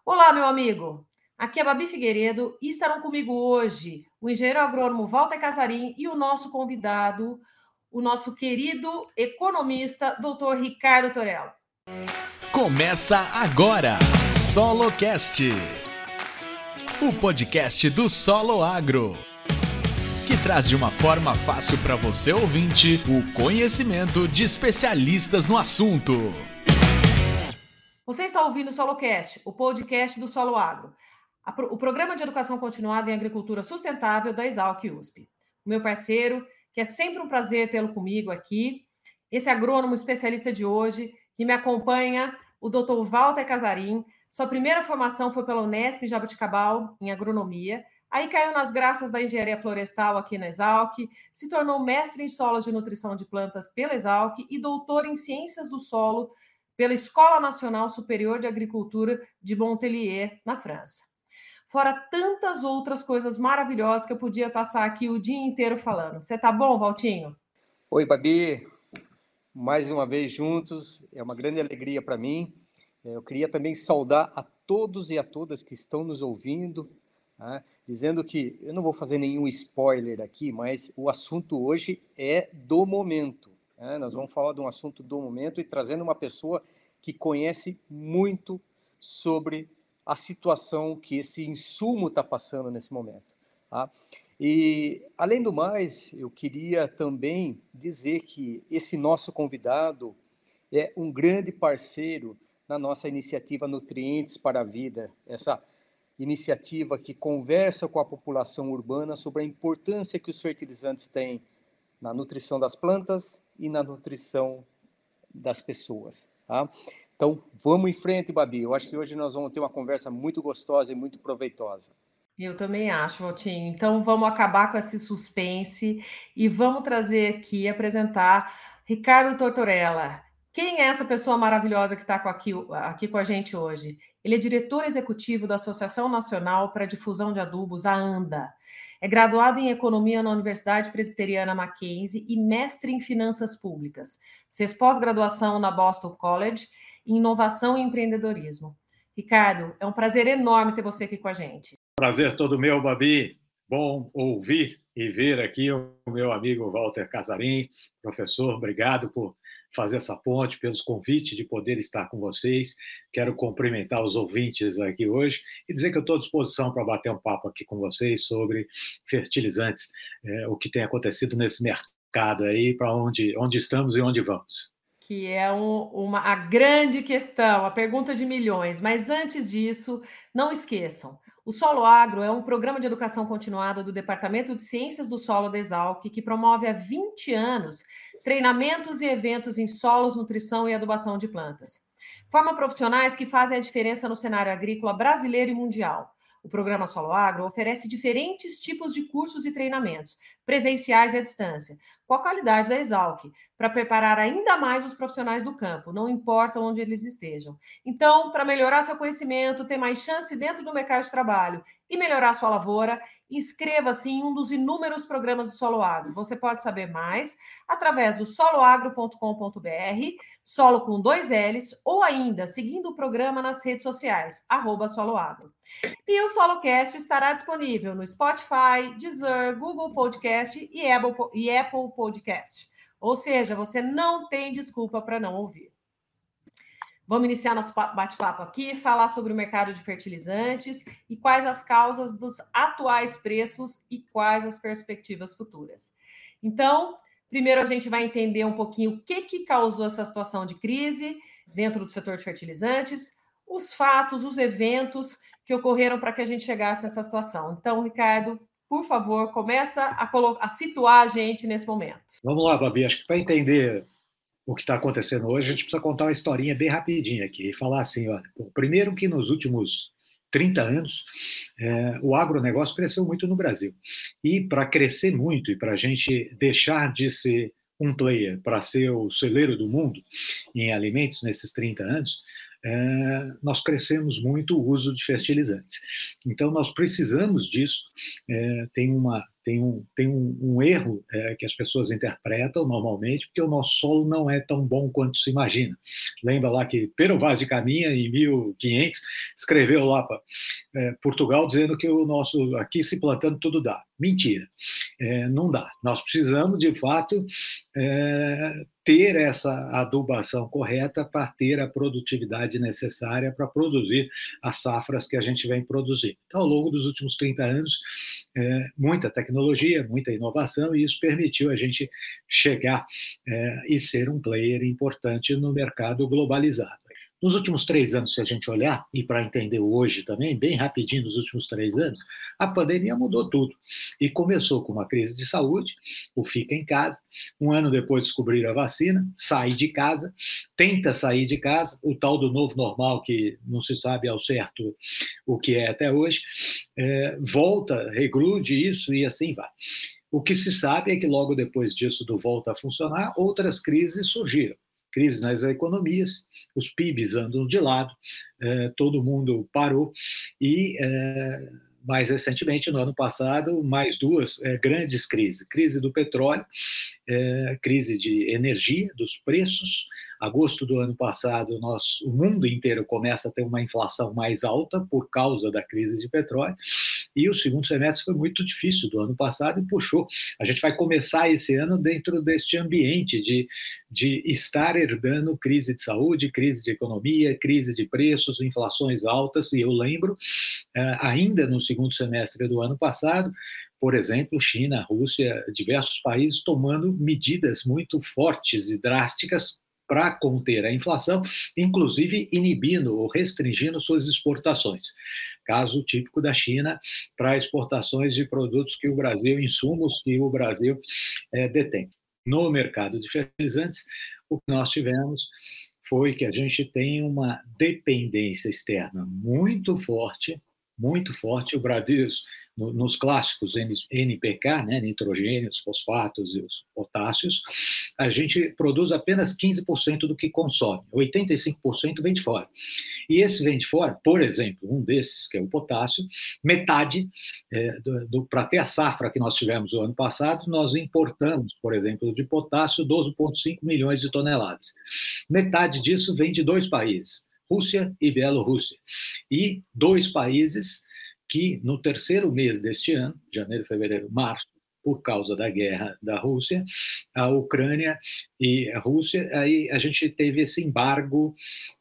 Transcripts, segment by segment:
Olá, meu amigo. Aqui é Babi Figueiredo e estarão comigo hoje o engenheiro agrônomo Walter Casarim e o nosso convidado, o nosso querido economista, doutor Ricardo Torello. Começa agora, SoloCast, o podcast do Solo Agro, que traz de uma forma fácil para você ouvinte o conhecimento de especialistas no assunto. Você está ouvindo o SoloCast, o podcast do Solo Agro, o programa de educação continuada em agricultura sustentável da Exalc USP. O meu parceiro, que é sempre um prazer tê-lo comigo aqui, esse agrônomo especialista de hoje, que me acompanha, o Dr. Walter Casarim. Sua primeira formação foi pela Unesp Jaboticabal, em agronomia. Aí caiu nas graças da engenharia florestal aqui na Exalc, se tornou mestre em solos de nutrição de plantas pela Exalc e doutor em ciências do solo pela Escola Nacional Superior de Agricultura de Montpellier, na França. Fora tantas outras coisas maravilhosas que eu podia passar aqui o dia inteiro falando. Você tá bom, Valtinho? Oi, Babi. Mais uma vez juntos. É uma grande alegria para mim. Eu queria também saudar a todos e a todas que estão nos ouvindo, né? Dizendo que eu não vou fazer nenhum spoiler aqui, mas o assunto hoje é do momento. Nós vamos falar de um assunto do momento e trazendo uma pessoa que conhece muito sobre a situação que esse insumo está passando nesse momento, tá? E, além do mais, eu queria também dizer que esse nosso convidado é um grande parceiro na nossa iniciativa Nutrientes para a Vida, essa iniciativa que conversa com a população urbana sobre a importância que os fertilizantes têm na nutrição das plantas e na nutrição das pessoas, tá? Então, vamos em frente, Babi. Eu acho que hoje nós vamos ter uma conversa muito gostosa e muito proveitosa. Eu também acho, Valtinho. Então, vamos acabar com esse suspense e vamos trazer aqui, apresentar Ricardo Tortorella. Quem é essa pessoa maravilhosa que está aqui com a gente hoje? Ele é diretor executivo da Associação Nacional para a Difusão de Adubos, a ANDA. É graduado em Economia na Universidade Presbiteriana Mackenzie e mestre em Finanças Públicas. Fez pós-graduação na Boston College em Inovação e Empreendedorismo. Ricardo, é um prazer enorme ter você aqui com a gente. Prazer todo meu, Babi. Bom ouvir e ver aqui o meu amigo Walter Casarim. Professor, obrigado por fazer essa ponte, pelos convites de poder estar com vocês. Quero cumprimentar os ouvintes aqui hoje e dizer que eu estou à disposição para bater um papo aqui com vocês sobre fertilizantes, o que tem acontecido nesse mercado aí, para onde estamos e onde vamos. Que é a grande questão, a pergunta de milhões. Mas antes disso, não esqueçam, o Solo Agro é um programa de educação continuada do Departamento de Ciências do Solo da Exalc, que promove há 20 anos treinamentos e eventos em solos, nutrição e adubação de plantas. Forma profissionais que fazem a diferença no cenário agrícola brasileiro e mundial. O programa Solo Agro oferece diferentes tipos de cursos e treinamentos, presenciais e à distância, com a qualidade da Exalc, para preparar ainda mais os profissionais do campo, não importa onde eles estejam. Então, para melhorar seu conhecimento, ter mais chance dentro do mercado de trabalho e melhorar sua lavoura, inscreva-se em um dos inúmeros programas do Solo Agro. Você pode saber mais através do soloagro.com.br, solo com 2 L's, ou ainda seguindo o programa nas redes sociais, @soloagro. E o SoloCast estará disponível no Spotify, Deezer, Google Podcast e Apple Podcast. Ou seja, você não tem desculpa para não ouvir. Vamos iniciar nosso bate-papo aqui, falar sobre o mercado de fertilizantes e quais as causas dos atuais preços e quais as perspectivas futuras. Então, primeiro a gente vai entender um pouquinho o que causou essa situação de crise dentro do setor de fertilizantes, os fatos, os eventos que ocorreram para que a gente chegasse nessa situação. Então, Ricardo, por favor, começa a situar a gente nesse momento. Vamos lá, Babi. Acho que para entender o que está acontecendo hoje, a gente precisa contar uma historinha bem rapidinha aqui e falar assim, olha, primeiro que nos últimos 30 anos, o agronegócio cresceu muito no Brasil. E para crescer muito e para a gente deixar de ser um player para ser o celeiro do mundo em alimentos nesses 30 anos, nós crescemos muito o uso de fertilizantes. Então, nós precisamos disso. Tem uma tem um erro que as pessoas interpretam normalmente, porque o nosso solo não é tão bom quanto se imagina. Lembra lá que Pero Vaz de Caminha, em 1500, escreveu lá para Portugal dizendo que o nosso aqui se plantando tudo dá. Mentira, não dá. Nós precisamos, de fato, ter essa adubação correta para ter a produtividade necessária para produzir as safras que a gente vem produzindo. Então, ao longo dos últimos 30 anos, muita tecnologia, muita inovação, e isso permitiu a gente chegar e ser um player importante no mercado globalizado. Nos últimos 3 anos, se a gente olhar, e para entender hoje também, bem rapidinho, nos últimos 3 anos, a pandemia mudou tudo. E começou com uma crise de saúde, o fica em casa, um ano depois descobriram a vacina, sai de casa, tenta sair de casa, o tal do novo normal, que não se sabe ao certo o que é até hoje, volta, regrude isso e assim vai. O que se sabe é que logo depois disso do volta a funcionar, outras crises surgiram. Crises nas economias, os PIBs andam de lado, todo mundo parou e, mais recentemente, no ano passado, mais 2 grandes crises. Crise do petróleo, crise de energia, dos preços. Agosto do ano passado, o mundo inteiro começa a ter uma inflação mais alta por causa da crise de petróleo, e o segundo semestre foi muito difícil do ano passado e puxou. A gente vai começar esse ano dentro deste ambiente de estar herdando crise de saúde, crise de economia, crise de preços, inflações altas, e eu lembro, ainda no segundo semestre do ano passado, por exemplo, China, Rússia, diversos países tomando medidas muito fortes e drásticas para conter a inflação, inclusive inibindo ou restringindo suas exportações. Caso típico da China para exportações de produtos que o Brasil, insumos que o Brasil detém. No mercado de fertilizantes, o que nós tivemos foi que a gente tem uma dependência externa muito forte, o Brasil, nos clássicos NPK, né, nitrogênios, fosfatos e os potássios, a gente produz apenas 15% do que consome, 85% vem de fora. E esse vem de fora, por exemplo, um desses, que é o potássio, metade, para ter a safra que nós tivemos o ano passado, nós importamos, por exemplo, de potássio, 12,5 milhões de toneladas. Metade disso vem de 2 países, Rússia e Bielorrússia. E 2 países que, no terceiro mês deste ano, janeiro, fevereiro, março, por causa da guerra da Rússia, a Ucrânia e a Rússia, aí a gente teve esse embargo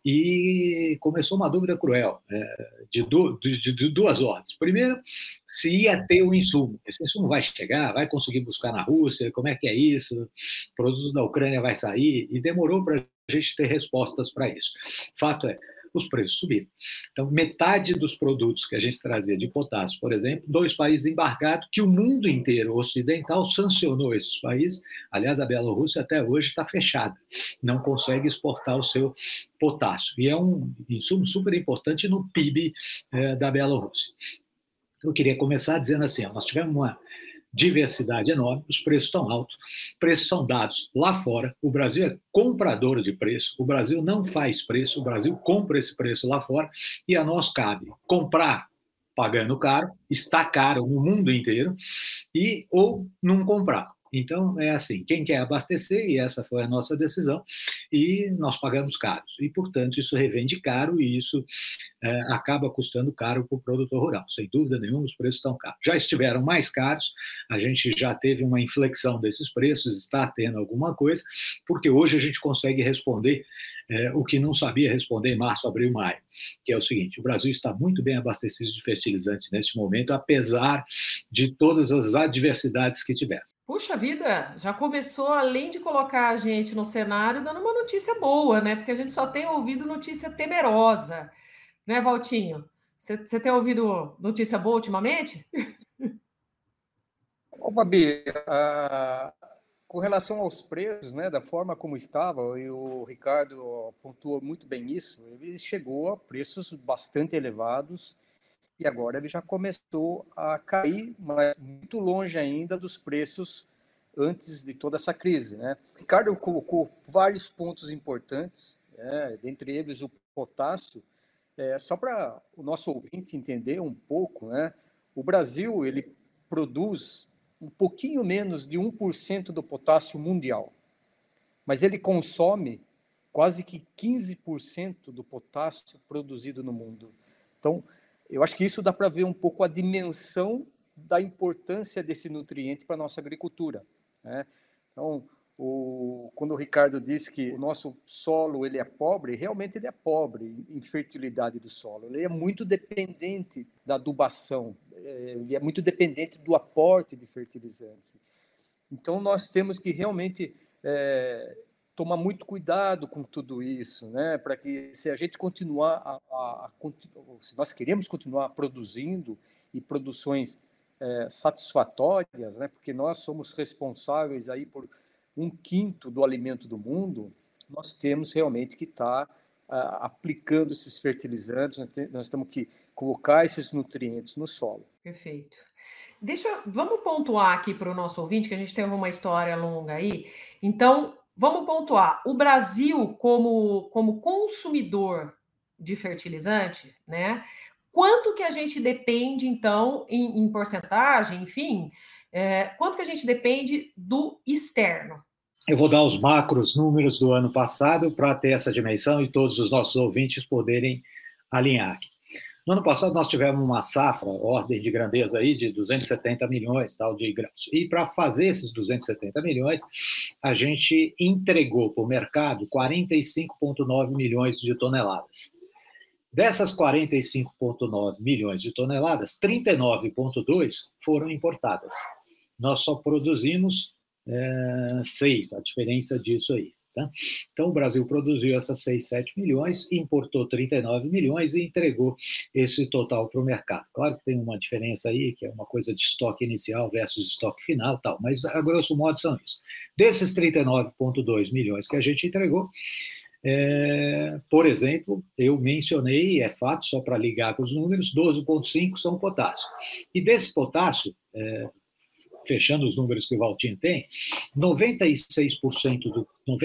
e começou uma dúvida cruel, de 2 ordens. Primeiro, se ia ter o insumo. Esse insumo vai chegar, vai conseguir buscar na Rússia, como é que é isso? O produto da Ucrânia vai sair? E demorou para a gente ter respostas para isso. Fato é, os preços subiram. Então, metade dos produtos que a gente trazia de potássio, por exemplo, 2 países embargados, que o mundo inteiro ocidental sancionou esses países. Aliás, a Bielorrússia até hoje está fechada, não consegue exportar o seu potássio. E é um insumo super importante no PIB da Bielorrússia. Eu queria começar dizendo assim, nós tivemos uma diversidade enorme, os preços estão altos, preços são dados lá fora, o Brasil é comprador de preço, o Brasil não faz preço, o Brasil compra esse preço lá fora, e a nós cabe comprar pagando caro, está caro no mundo inteiro, ou não comprar. Então, é assim, quem quer abastecer, e essa foi a nossa decisão, e nós pagamos caros. E, portanto, isso revende caro e isso acaba custando caro para o produtor rural. Sem dúvida nenhuma, os preços estão caros. Já estiveram mais caros, a gente já teve uma inflexão desses preços, está tendo alguma coisa, porque hoje a gente consegue responder o que não sabia responder em março, abril, maio, que é o seguinte, o Brasil está muito bem abastecido de fertilizantes neste momento, apesar de todas as adversidades que tivemos. Puxa vida, já começou, além de colocar a gente no cenário, dando uma notícia boa, né? Porque a gente só tem ouvido notícia temerosa, né, Valtinho? Você tem ouvido notícia boa ultimamente? Ô, Babi, com relação aos preços, né, da forma como estava, e o Ricardo pontuou muito bem isso, ele chegou a preços bastante elevados, e agora ele já começou a cair, mas muito longe ainda dos preços antes de toda essa crise, né? O Ricardo colocou vários pontos importantes, dentre eles o potássio. Só para o nosso ouvinte entender um pouco, né? O Brasil ele produz um pouquinho menos de 1% do potássio mundial, mas ele consome quase que 15% do potássio produzido no mundo. Então, eu acho que isso dá para ver um pouco a dimensão da importância desse nutriente para a nossa agricultura, né? Então, quando o Ricardo disse que o nosso solo ele é pobre, realmente ele é pobre em fertilidade do solo. Ele é muito dependente da adubação, ele é muito dependente do aporte de fertilizantes. Então, nós temos que realmente tomar muito cuidado com tudo isso, né? Para que, se a gente continuar se nós queremos continuar produzindo e produções satisfatórias, né? Porque nós somos responsáveis aí por 1/5 do alimento do mundo, nós temos realmente que estar aplicando esses fertilizantes, nós temos que colocar esses nutrientes no solo. Perfeito. Vamos pontuar aqui para o nosso ouvinte, que a gente tem uma história longa aí. Então, vamos pontuar. O Brasil, como consumidor de fertilizante, né? Quanto que a gente depende, então, em porcentagem, enfim, quanto que a gente depende do externo? Eu vou dar os macros números do ano passado para ter essa dimensão e todos os nossos ouvintes poderem alinhar. No ano passado, nós tivemos uma safra, ordem de grandeza aí, de 270 milhões de grãos. E para fazer esses 270 milhões, a gente entregou para o mercado 45,9 milhões de toneladas. Dessas 45,9 milhões de toneladas, 39,2 foram importadas. Nós só produzimos 6, a diferença disso aí. Tá? Então, o Brasil produziu essas 6, 7 milhões, importou 39 milhões e entregou esse total para o mercado. Claro que tem uma diferença aí, que é uma coisa de estoque inicial versus estoque final, tal, mas, a grosso modo, são isso. Desses 39,2 milhões que a gente entregou, por exemplo, eu mencionei, é fato, só para ligar com os números, 12,5 são potássio. E desse potássio, fechando os números que o Valtinho tem, 97%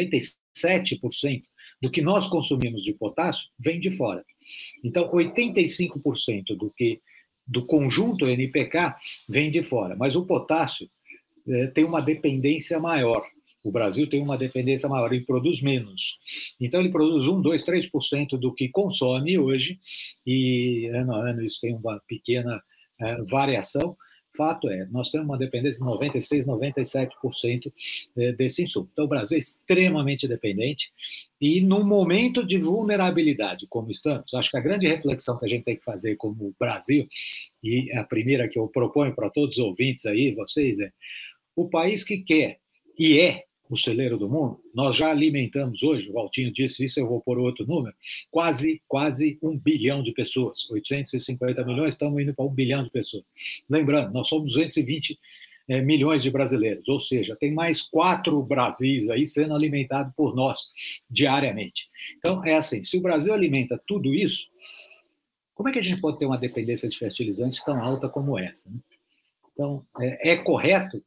do que nós consumimos de potássio vem de fora. Então, 85% do conjunto NPK vem de fora. Mas o potássio tem uma dependência maior. O Brasil tem uma dependência maior, ele produz menos. Então, ele produz 1, 2, 3% do que consome hoje, e ano a ano isso tem uma pequena variação. Fato é, nós temos uma dependência de 96%, 97% desse insumo. Então, o Brasil é extremamente dependente e, num momento de vulnerabilidade como estamos, acho que a grande reflexão que a gente tem que fazer como Brasil, e a primeira que eu proponho para todos os ouvintes aí, vocês, o país que quer e é o celeiro do mundo, nós já alimentamos hoje, o Valtinho disse isso, eu vou pôr outro número, quase 1 bilhão de pessoas, 850 milhões, estamos indo para 1 bilhão de pessoas. Lembrando, nós somos 220 milhões de brasileiros, ou seja, tem mais 4 Brasis aí sendo alimentados por nós diariamente. Então, é assim, se o Brasil alimenta tudo isso, como é que a gente pode ter uma dependência de fertilizantes tão alta como essa, né? Então, é correto,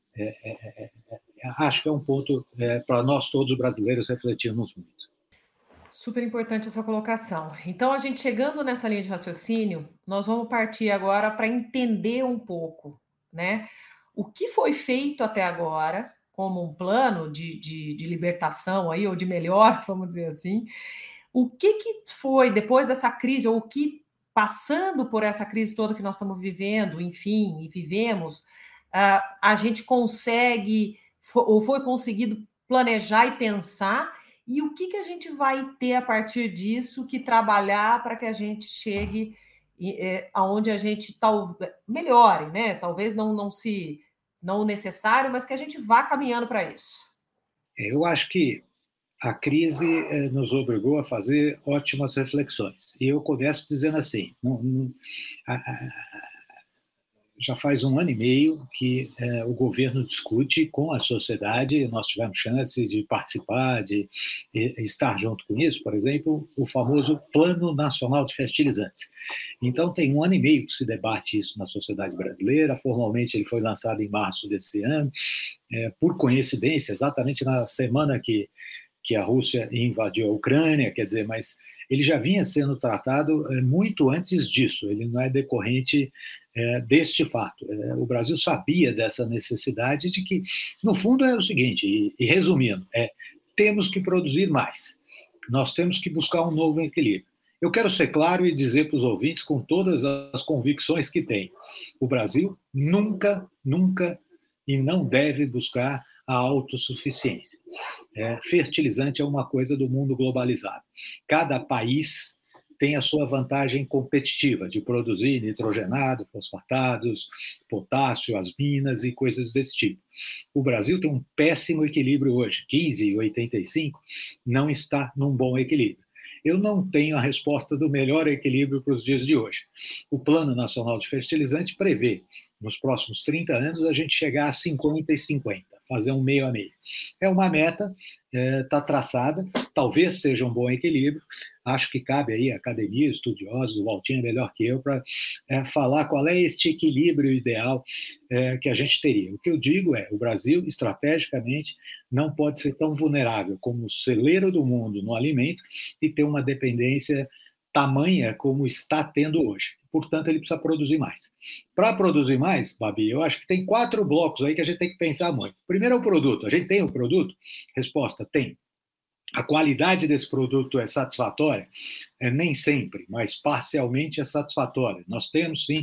acho que é um ponto para nós todos os brasileiros refletirmos muito. Super importante essa colocação. Então, a gente chegando nessa linha de raciocínio, nós vamos partir agora para entender um pouco, né, o que foi feito até agora como um plano de libertação aí, ou de melhor, vamos dizer assim. O que foi depois dessa crise, ou o que, passando por essa crise toda que nós estamos vivendo, enfim, e vivemos, a gente consegue, ou foi conseguido planejar e pensar, e o que a gente vai ter a partir disso que trabalhar para que a gente chegue aonde a gente melhore, né? Talvez não necessário, mas que a gente vá caminhando para isso. Eu acho que a crise nos obrigou a fazer ótimas reflexões. E eu começo dizendo assim, já faz 1 ano e meio que o governo discute com a sociedade, nós tivemos chance de participar, de estar junto com isso, por exemplo, o famoso Plano Nacional de Fertilizantes. Então, tem 1 ano e meio que se debate isso na sociedade brasileira, formalmente ele foi lançado em março desse ano, por coincidência, exatamente na semana que a Rússia invadiu a Ucrânia, quer dizer, mas ele já vinha sendo tratado muito antes disso, ele não é decorrente deste fato. O Brasil sabia dessa necessidade de que, no fundo, é o seguinte, e resumindo, temos que produzir mais, nós temos que buscar um novo equilíbrio. Eu quero ser claro e dizer para os ouvintes, com todas as convicções que tem, o Brasil nunca e não deve buscar a autossuficiência. Fertilizante é uma coisa do mundo globalizado. Cada país tem a sua vantagem competitiva de produzir nitrogenado, fosfatados, potássio, as minas e coisas desse tipo. O Brasil tem um péssimo equilíbrio hoje. 15,85 não está num bom equilíbrio. Eu não tenho a resposta do melhor equilíbrio para os dias de hoje. O Plano Nacional de Fertilizante prevê, nos próximos 30 anos, a gente chegar a 50 e 50, fazer um meio a meio. É uma meta, está traçada, talvez seja um bom equilíbrio. Acho que cabe aí a academia, estudiosos, o Valtinho é melhor que eu, para falar qual é este equilíbrio ideal que a gente teria. O que eu digo é, o Brasil, estrategicamente, não pode ser tão vulnerável como o celeiro do mundo no alimento e ter uma dependência tamanha como está tendo hoje. Portanto, ele precisa produzir mais. Para produzir mais, Babi, eu acho que tem 4 blocos aí que a gente tem que pensar muito. Primeiro é o produto. A gente tem o produto? Resposta, tem. A qualidade desse produto é satisfatória? Nem sempre, mas parcialmente é satisfatória. Nós temos, sim,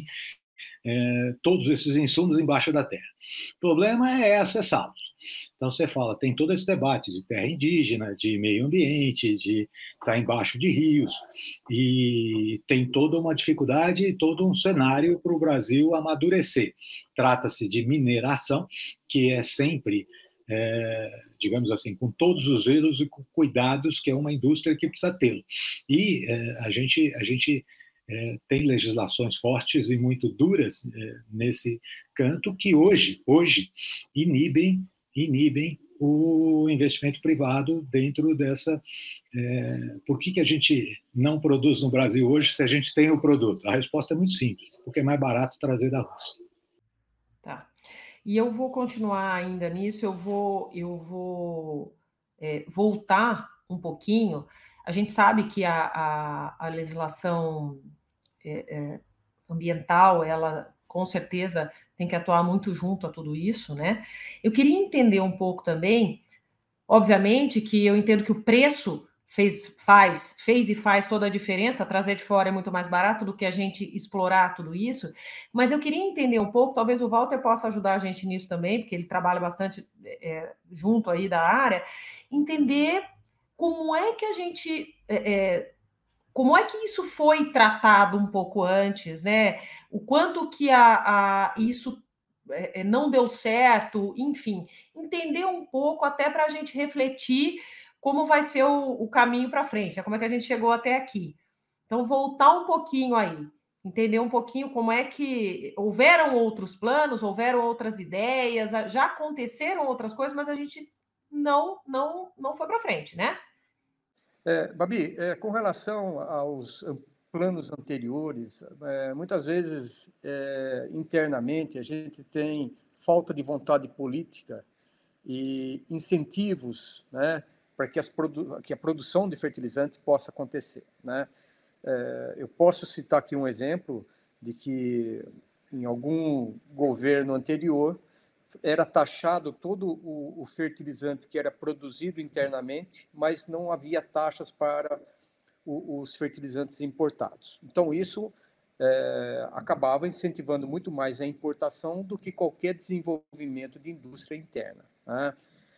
todos esses insumos embaixo da terra. O problema é acessá-los. Então, você fala, tem todo esse debate de terra indígena, de meio ambiente, de estar embaixo de rios, e tem toda uma dificuldade, todo um cenário para o Brasil amadurecer. Trata-se de mineração, que é sempre, digamos assim, com todos os erros e cuidados que é uma indústria que precisa tê-lo. E a gente tem legislações fortes e muito duras nesse canto que hoje inibem o investimento privado dentro dessa... Por que a gente não produz no Brasil hoje se a gente tem o produto? A resposta é muito simples, porque é mais barato trazer da Rússia. Tá. E eu vou continuar ainda nisso, eu vou voltar um pouquinho. A gente sabe que a legislação ambiental, ela com certeza tem que atuar muito junto a tudo isso, né? Eu queria entender um pouco também, obviamente que eu entendo que o preço fez e faz toda a diferença, trazer de fora é muito mais barato do que a gente explorar tudo isso, mas eu queria entender um pouco, talvez o Walter possa ajudar a gente nisso também, porque ele trabalha bastante junto aí da área, entender como é que a gente... como é que isso foi tratado um pouco antes, né? O quanto que isso não deu certo, enfim, entender um pouco até para a gente refletir como vai ser o caminho para frente, né? Como é que a gente chegou até aqui. Então, voltar um pouquinho aí, entender um pouquinho como é que houveram outros planos, houveram outras ideias, já aconteceram outras coisas, mas a gente não foi para frente, né? Babi, com relação aos planos anteriores, muitas vezes, internamente, a gente tem falta de vontade política e incentivos, né, para que a produção de fertilizante possa acontecer, né? Eu posso citar aqui um exemplo de que, em algum governo anterior, era taxado todo o fertilizante que era produzido internamente, mas não havia taxas para os fertilizantes importados. Então, isso acabava incentivando muito mais a importação do que qualquer desenvolvimento de indústria interna, né?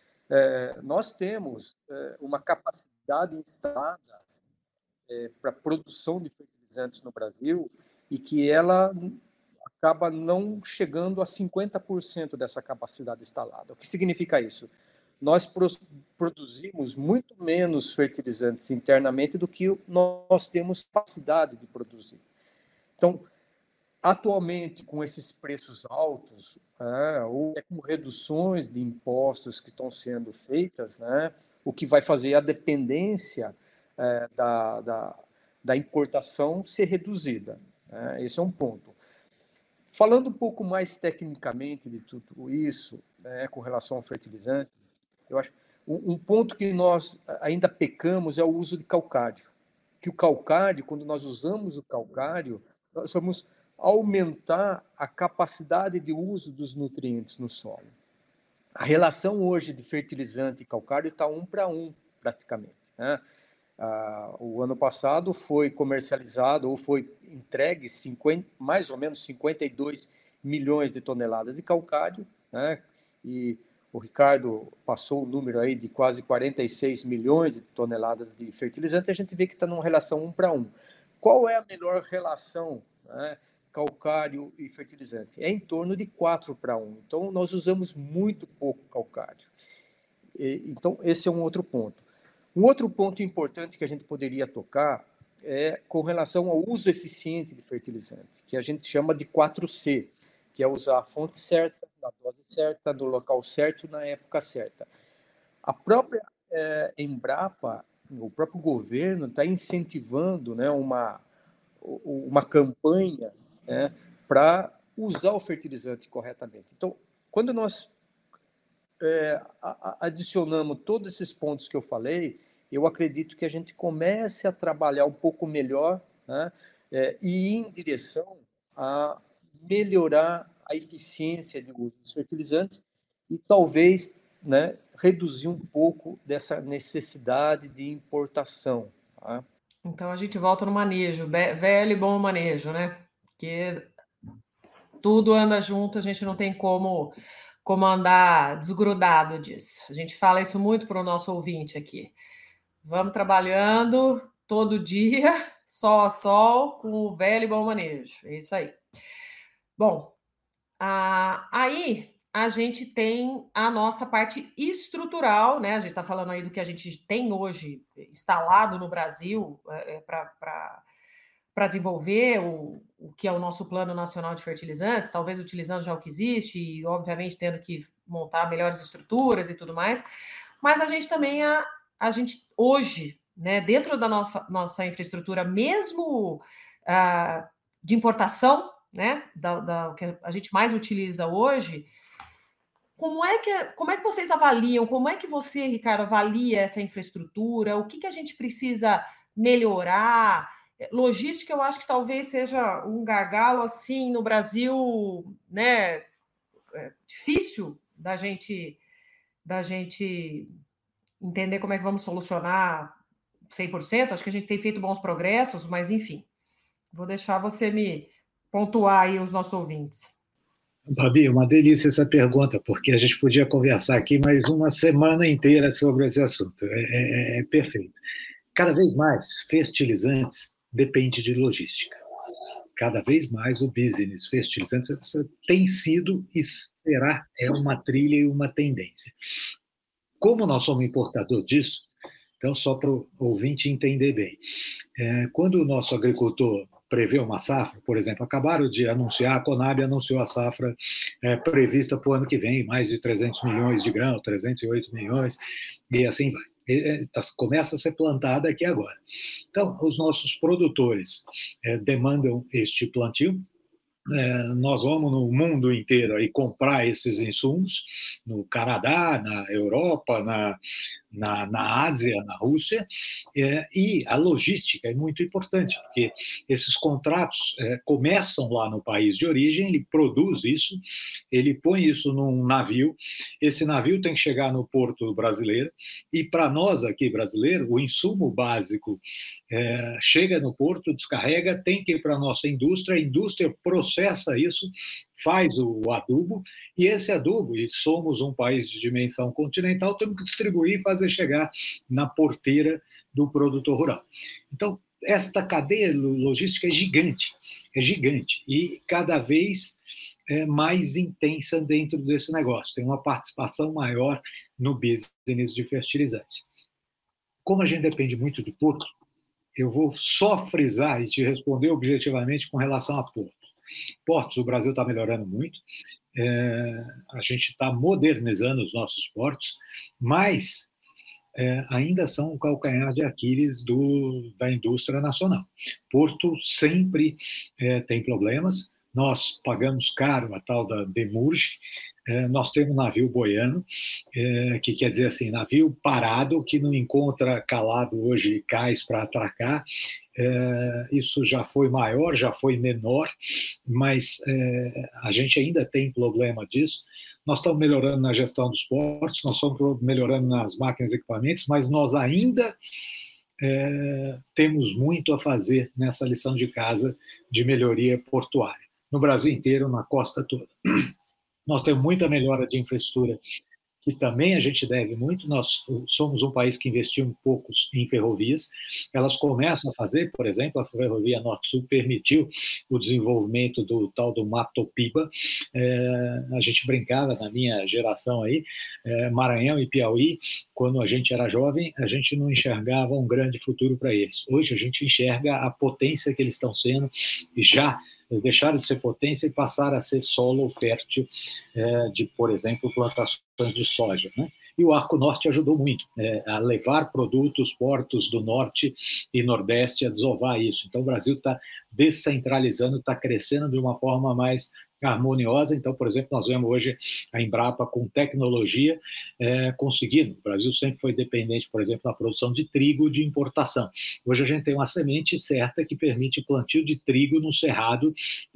Nós temos uma capacidade instalada para produção de fertilizantes no Brasil e que ela acaba não chegando a 50% dessa capacidade instalada. O que significa isso? Nós produzimos muito menos fertilizantes internamente do que nós temos capacidade de produzir. Então, atualmente, com esses preços altos, ou com reduções de impostos que estão sendo feitas, né, o que vai fazer a dependência da importação ser reduzida. Esse é um ponto. Falando um pouco mais tecnicamente de tudo isso, né, com relação ao fertilizante, eu acho um ponto que nós ainda pecamos é o uso de calcário, que o calcário, quando nós usamos o calcário, nós vamos aumentar a capacidade de uso dos nutrientes no solo. A relação hoje de fertilizante e calcário está 1 para 1, praticamente, né? O ano passado foi comercializado ou foi entregue mais ou menos 52 milhões de toneladas de calcário, né? E o Ricardo passou o número aí de quase 46 milhões de toneladas de fertilizante, e a gente vê que está numa relação 1 para 1. Qual é a melhor relação, né, calcário e fertilizante? É em torno de 4 para 1. Então, nós usamos muito pouco calcário. Então, esse é um outro ponto. Um outro ponto importante que a gente poderia tocar é com relação ao uso eficiente de fertilizante, que a gente chama de 4C, que é usar a fonte certa, na dose certa, no local certo, na época certa. A própria Embrapa, o próprio governo, está incentivando, né, uma campanha, né, para usar o fertilizante corretamente. Então, quando nós adicionamos todos esses pontos que eu falei, eu acredito que a gente comece a trabalhar um pouco melhor, né, e ir em direção a melhorar a eficiência de uso dos fertilizantes e talvez, né, reduzir um pouco dessa necessidade de importação. Tá? Então a gente volta no manejo, velho e bom manejo, né? Porque tudo anda junto, a gente não tem como andar desgrudado disso. A gente fala isso muito para o nosso ouvinte aqui. Vamos trabalhando todo dia, sol a sol, com o velho e bom manejo. É isso aí. Bom, aí a gente tem a nossa parte estrutural, né? A gente está falando aí do que a gente tem hoje instalado no Brasil para desenvolver o que é o nosso Plano Nacional de Fertilizantes, talvez utilizando já o que existe e, obviamente, tendo que montar melhores estruturas e tudo mais. Mas a gente também, a gente hoje, né, dentro da nossa infraestrutura, mesmo de importação, né, da que a gente mais utiliza hoje, como é que vocês avaliam, como é que você, Ricardo, avalia essa infraestrutura, o que a gente precisa melhorar? Logística, eu acho que talvez seja um gargalo, assim, no Brasil, né, difícil da gente entender como é que vamos solucionar 100%, acho que a gente tem feito bons progressos, mas, enfim, vou deixar você me pontuar aí os nossos ouvintes. Babi, uma delícia essa pergunta, porque a gente podia conversar aqui mais uma semana inteira sobre esse assunto. É perfeito. Cada vez mais, fertilizantes depende de logística. Cada vez mais o business fertilizantes tem sido e será uma trilha e uma tendência. Como nós somos importador disso, então só para o ouvinte entender bem, quando o nosso agricultor prevê uma safra, por exemplo, acabaram de anunciar, a Conab anunciou a safra prevista para o ano que vem, mais de 300 milhões de grãos, 308 milhões, e assim vai. Começa a ser plantada aqui agora. Então, os nossos produtores demandam este plantio. Nós vamos no mundo inteiro aí comprar esses insumos, no Canadá, na Europa, na Ásia, na Rússia, e a logística é muito importante, porque esses contratos começam lá no país de origem, ele produz isso, ele põe isso num navio, esse navio tem que chegar no porto brasileiro, e para nós aqui brasileiros, o insumo básico chega no porto, descarrega, tem que ir para a nossa indústria, a indústria processa isso, faz o adubo, e esse adubo, e somos um país de dimensão continental, temos que distribuir e fazer chegar na porteira do produtor rural. Então, esta cadeia logística é gigante, e cada vez mais intensa dentro desse negócio, tem uma participação maior no business de fertilizantes. Como a gente depende muito do porto, eu vou só frisar e te responder objetivamente com relação a portos. Portos, o Brasil está melhorando muito, a gente está modernizando os nossos portos, mas ainda são o calcanhar de Aquiles da indústria nacional. Porto sempre tem problemas, nós pagamos caro a tal da demurge, nós temos navio boiando, que quer dizer assim, navio parado, que não encontra calado hoje cais para atracar. Isso já foi maior, já foi menor, mas a gente ainda tem problema disso. Nós estamos melhorando na gestão dos portos, nós estamos melhorando nas máquinas e equipamentos, mas nós ainda temos muito a fazer nessa lição de casa de melhoria portuária. No Brasil inteiro, na costa toda. Nós temos muita melhora de infraestrutura, que também a gente deve muito. Nós somos um país que investiu um pouco em ferrovias. Elas começam a fazer, por exemplo, a Ferrovia Norte-Sul permitiu o desenvolvimento do tal do Matopiba. A gente brincava, na minha geração aí, Maranhão e Piauí, quando a gente era jovem, a gente não enxergava um grande futuro para eles. Hoje a gente enxerga a potência que eles estão sendo e já deixaram de ser potência e passaram a ser solo fértil de, por exemplo, plantações de soja, né? E o Arco Norte ajudou muito a levar produtos, portos do Norte e Nordeste a desovar isso. Então, o Brasil está descentralizando, está crescendo de uma forma mais harmoniosa. Então, por exemplo, nós vemos hoje a Embrapa com tecnologia conseguindo. O Brasil sempre foi dependente, por exemplo, da produção de trigo de importação. Hoje a gente tem uma semente certa que permite plantio de trigo no cerrado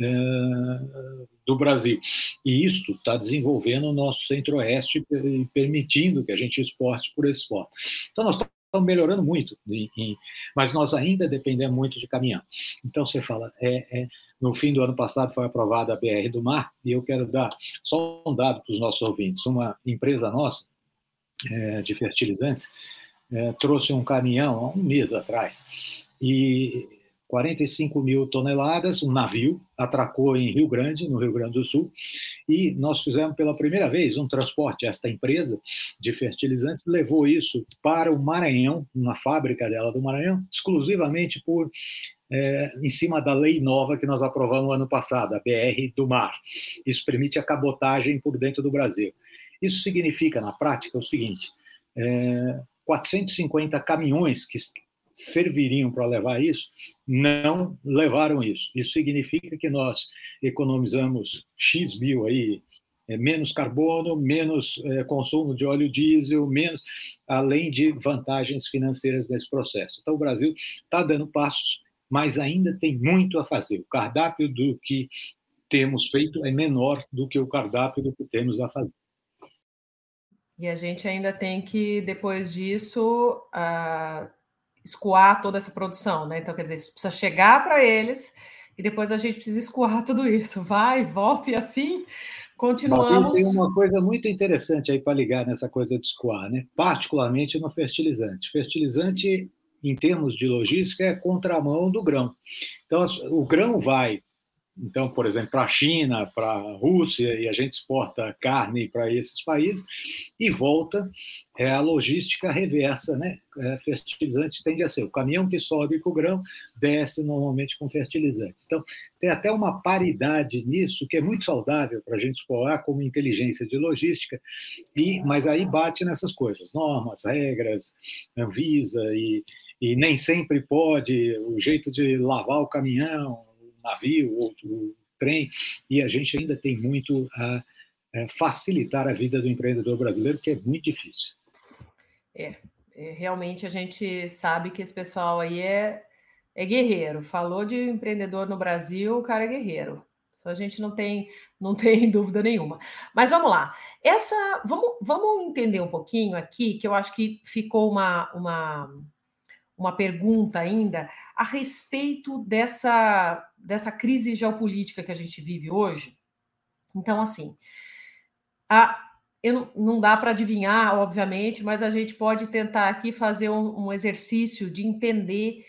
do Brasil. E isso está desenvolvendo o nosso centro-oeste e permitindo que a gente exporte por esse porto. Então, nós estamos melhorando muito, mas nós ainda dependemos muito de caminhão. Então, você fala, no fim do ano passado foi aprovada a BR do Mar, e eu quero dar só um dado para os nossos ouvintes. Uma empresa nossa, de fertilizantes, trouxe um caminhão há um mês atrás, e 45 mil toneladas, um navio, atracou em Rio Grande, no Rio Grande do Sul, e nós fizemos pela primeira vez um transporte. Esta empresa de fertilizantes levou isso para o Maranhão, na fábrica dela do Maranhão, exclusivamente em cima da lei nova que nós aprovamos no ano passado, a BR do Mar. Isso permite a cabotagem por dentro do Brasil. Isso significa, na prática, o seguinte: 450 caminhões que serviriam para levar isso, não levaram isso. Isso significa que nós economizamos X mil aí, menos carbono, menos consumo de óleo diesel, menos, além de vantagens financeiras nesse processo. Então, o Brasil está dando passos, mas ainda tem muito a fazer. O cardápio do que temos feito é menor do que o cardápio do que temos a fazer. E a gente ainda tem que, depois disso, escoar toda essa produção, né? Então, quer dizer, isso precisa chegar para eles e depois a gente precisa escoar tudo isso. Vai, volta e assim continuamos. Tem uma coisa muito interessante aí para ligar nessa coisa de escoar, né? Particularmente no fertilizante. Fertilizante, em termos de logística, é contramão do grão. Então, o grão vai, então, por exemplo, para a China, para a Rússia, e a gente exporta carne para esses países, e volta a logística reversa, né? Fertilizantes tende a ser o caminhão que sobe com o grão, desce normalmente com fertilizantes. Então, tem até uma paridade nisso, que é muito saudável para a gente explorar como inteligência de logística, mas aí bate nessas coisas, normas, regras, Anvisa, e nem sempre pode, o jeito de lavar o caminhão, navio, o trem, e a gente ainda tem muito a facilitar a vida do empreendedor brasileiro, que é muito difícil. Realmente a gente sabe que esse pessoal aí é guerreiro. Falou de empreendedor no Brasil, o cara é guerreiro. Isso a gente não tem dúvida nenhuma. Mas vamos lá. Vamos entender um pouquinho aqui, que eu acho que ficou uma pergunta ainda a respeito dessa crise geopolítica que a gente vive hoje. Então, assim, não dá para adivinhar, obviamente, mas a gente pode tentar aqui fazer um exercício de entender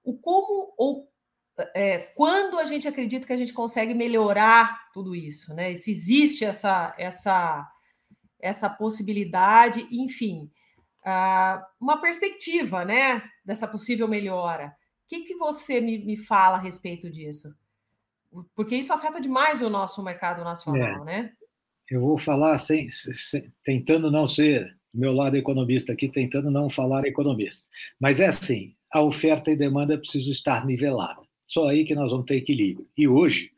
quando a gente acredita que a gente consegue melhorar tudo isso, né? E se existe essa possibilidade, enfim, uma perspectiva, né, dessa possível melhora. O que você me fala a respeito disso? Porque isso afeta demais o nosso mercado nacional, né? Eu vou falar tentando não ser, meu lado economista aqui, tentando não falar economista. Mas é assim, a oferta e demanda precisam estar niveladas. Só aí que nós vamos ter equilíbrio. E hoje,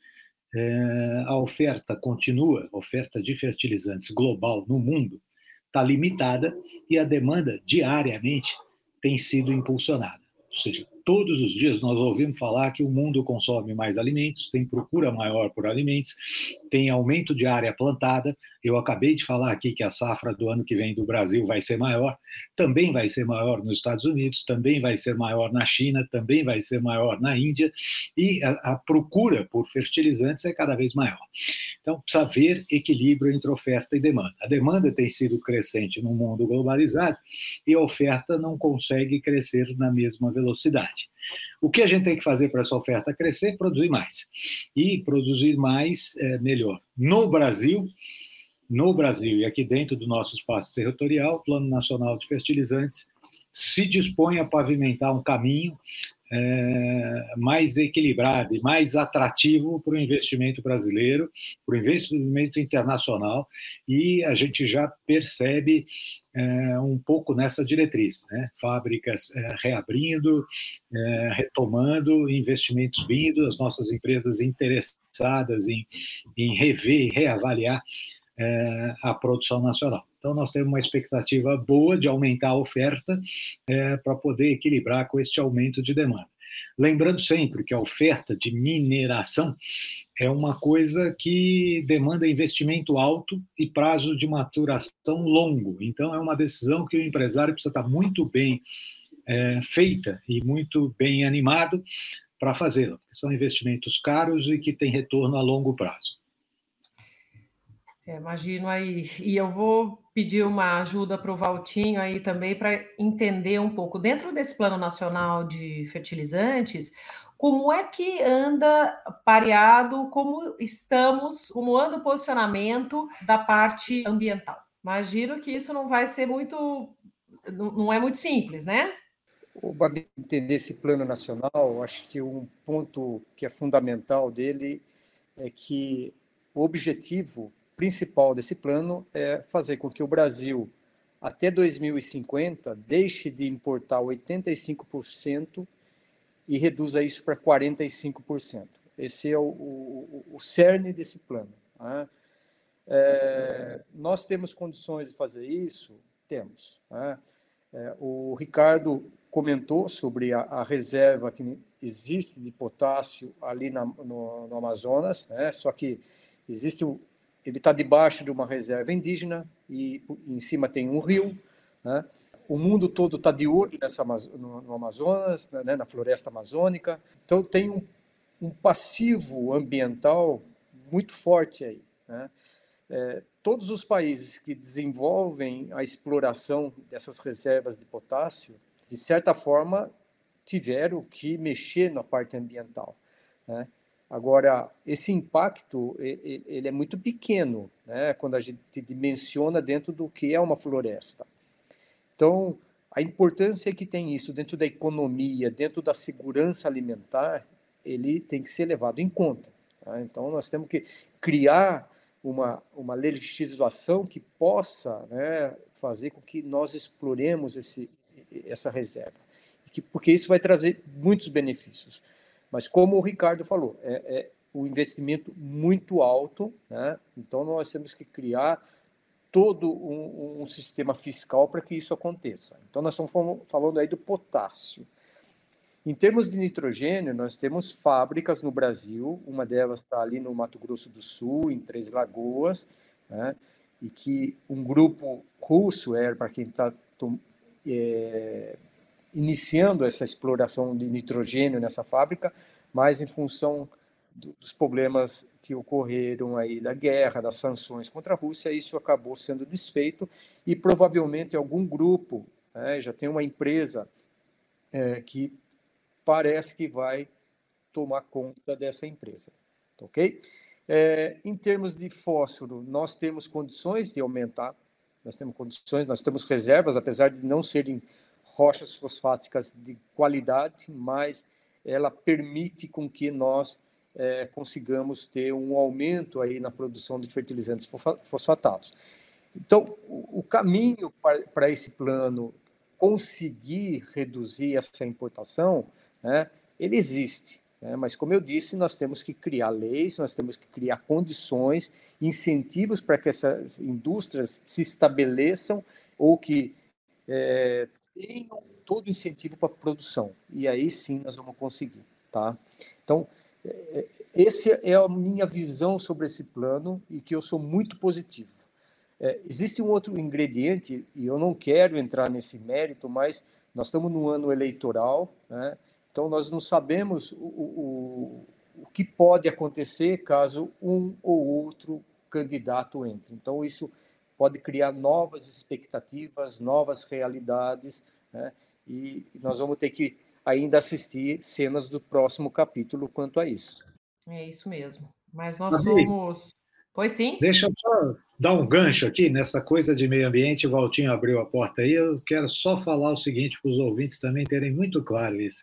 a oferta continua, a oferta de fertilizantes global no mundo está limitada e a demanda diariamente tem sido impulsionada. Ou seja, todos os dias nós ouvimos falar que o mundo consome mais alimentos, tem procura maior por alimentos, tem aumento de área plantada. Eu acabei de falar aqui que a safra do ano que vem do Brasil vai ser maior, também vai ser maior nos Estados Unidos, também vai ser maior na China, também vai ser maior na Índia, e a procura por fertilizantes é cada vez maior. Então, precisa haver equilíbrio entre oferta e demanda. A demanda tem sido crescente no mundo globalizado e a oferta não consegue crescer na mesma velocidade. O que a gente tem que fazer para essa oferta crescer? Produzir mais. E produzir mais melhor. No Brasil, e aqui dentro do nosso espaço territorial, o Plano Nacional de Fertilizantes se dispõe a pavimentar um caminho mais equilibrado e mais atrativo para o investimento brasileiro, para o investimento internacional, e a gente já percebe um pouco nessa diretriz, né? Fábricas reabrindo, retomando, investimentos vindo, as nossas empresas interessadas em rever e reavaliar a produção nacional. Então, nós temos uma expectativa boa de aumentar a oferta para poder equilibrar com este aumento de demanda. Lembrando sempre que a oferta de mineração é uma coisa que demanda investimento alto e prazo de maturação longo. Então, é uma decisão que o empresário precisa estar muito bem feita e muito bem animado para fazê-la, porque são investimentos caros e que têm retorno a longo prazo. Imagino aí. E eu vou pedir uma ajuda para o Valtinho aí também para entender um pouco, dentro desse Plano Nacional de Fertilizantes, como é que anda pareado, como anda o posicionamento da parte ambiental. Imagino que isso não vai ser não é muito simples, né? Para entender esse plano nacional, acho que um ponto que é fundamental dele é que o objetivo principal desse plano é fazer com que o Brasil, até 2050, deixe de importar 85% e reduza isso para 45%. Esse é o cerne desse plano. Né? Nós temos condições de fazer isso? Temos. Né? O Ricardo comentou sobre a reserva que existe de potássio ali no Amazonas, né? Só que ele está debaixo de uma reserva indígena e em cima tem um rio. Né? O mundo todo está de olho no Amazonas, né? Na floresta amazônica. Então tem um passivo ambiental muito forte aí. Né? Todos os países que desenvolvem a exploração dessas reservas de potássio, de certa forma, tiveram que mexer na parte ambiental. Né? Agora, esse impacto ele é muito pequeno, né, quando a gente dimensiona dentro do que é uma floresta. Então, a importância que tem isso dentro da economia, dentro da segurança alimentar, ele tem que ser levado em conta. Tá? Então, nós temos que criar uma legislação que possa, né, fazer com que nós exploremos essa reserva, porque isso vai trazer muitos benefícios. Mas, como o Ricardo falou, é um investimento muito alto, né? Então nós temos que criar todo um sistema fiscal para que isso aconteça. Então nós estamos falando aí do potássio. Em termos de nitrogênio, nós temos fábricas no Brasil, uma delas está ali no Mato Grosso do Sul, em Três Lagoas, né? E que um grupo russo, para quem está iniciando essa exploração de nitrogênio nessa fábrica, mas em função dos problemas que ocorreram aí da guerra, das sanções contra a Rússia, isso acabou sendo desfeito e provavelmente algum grupo, já tem uma empresa que parece que vai tomar conta dessa empresa, ok? Em termos de fósforo, nós temos condições de aumentar, nós temos reservas, apesar de não serem rochas fosfáticas de qualidade, mas ela permite com que nós consigamos ter um aumento aí na produção de fertilizantes fosfatados. Então, o caminho para esse plano conseguir reduzir essa importação, né, ele existe. Mas, como eu disse, nós temos que criar leis, nós temos que criar condições, incentivos para que essas indústrias se estabeleçam ou que tenham todo o incentivo para a produção. E aí sim nós vamos conseguir. Tá? Então, essa é a minha visão sobre esse plano e que eu sou muito positivo. Existe um outro ingrediente, e eu não quero entrar nesse mérito, mas nós estamos no ano eleitoral, né? Então nós não sabemos o que pode acontecer caso um ou outro candidato entre. Então isso pode criar novas expectativas, novas realidades, né? E nós vamos ter que ainda assistir cenas do próximo capítulo quanto a isso. É isso mesmo. Mas nós somos... Pois sim? Deixa eu só dar um gancho aqui nessa coisa de meio ambiente. O Valtinho abriu a porta aí. Eu quero só falar o seguinte para os ouvintes também terem muito claro isso.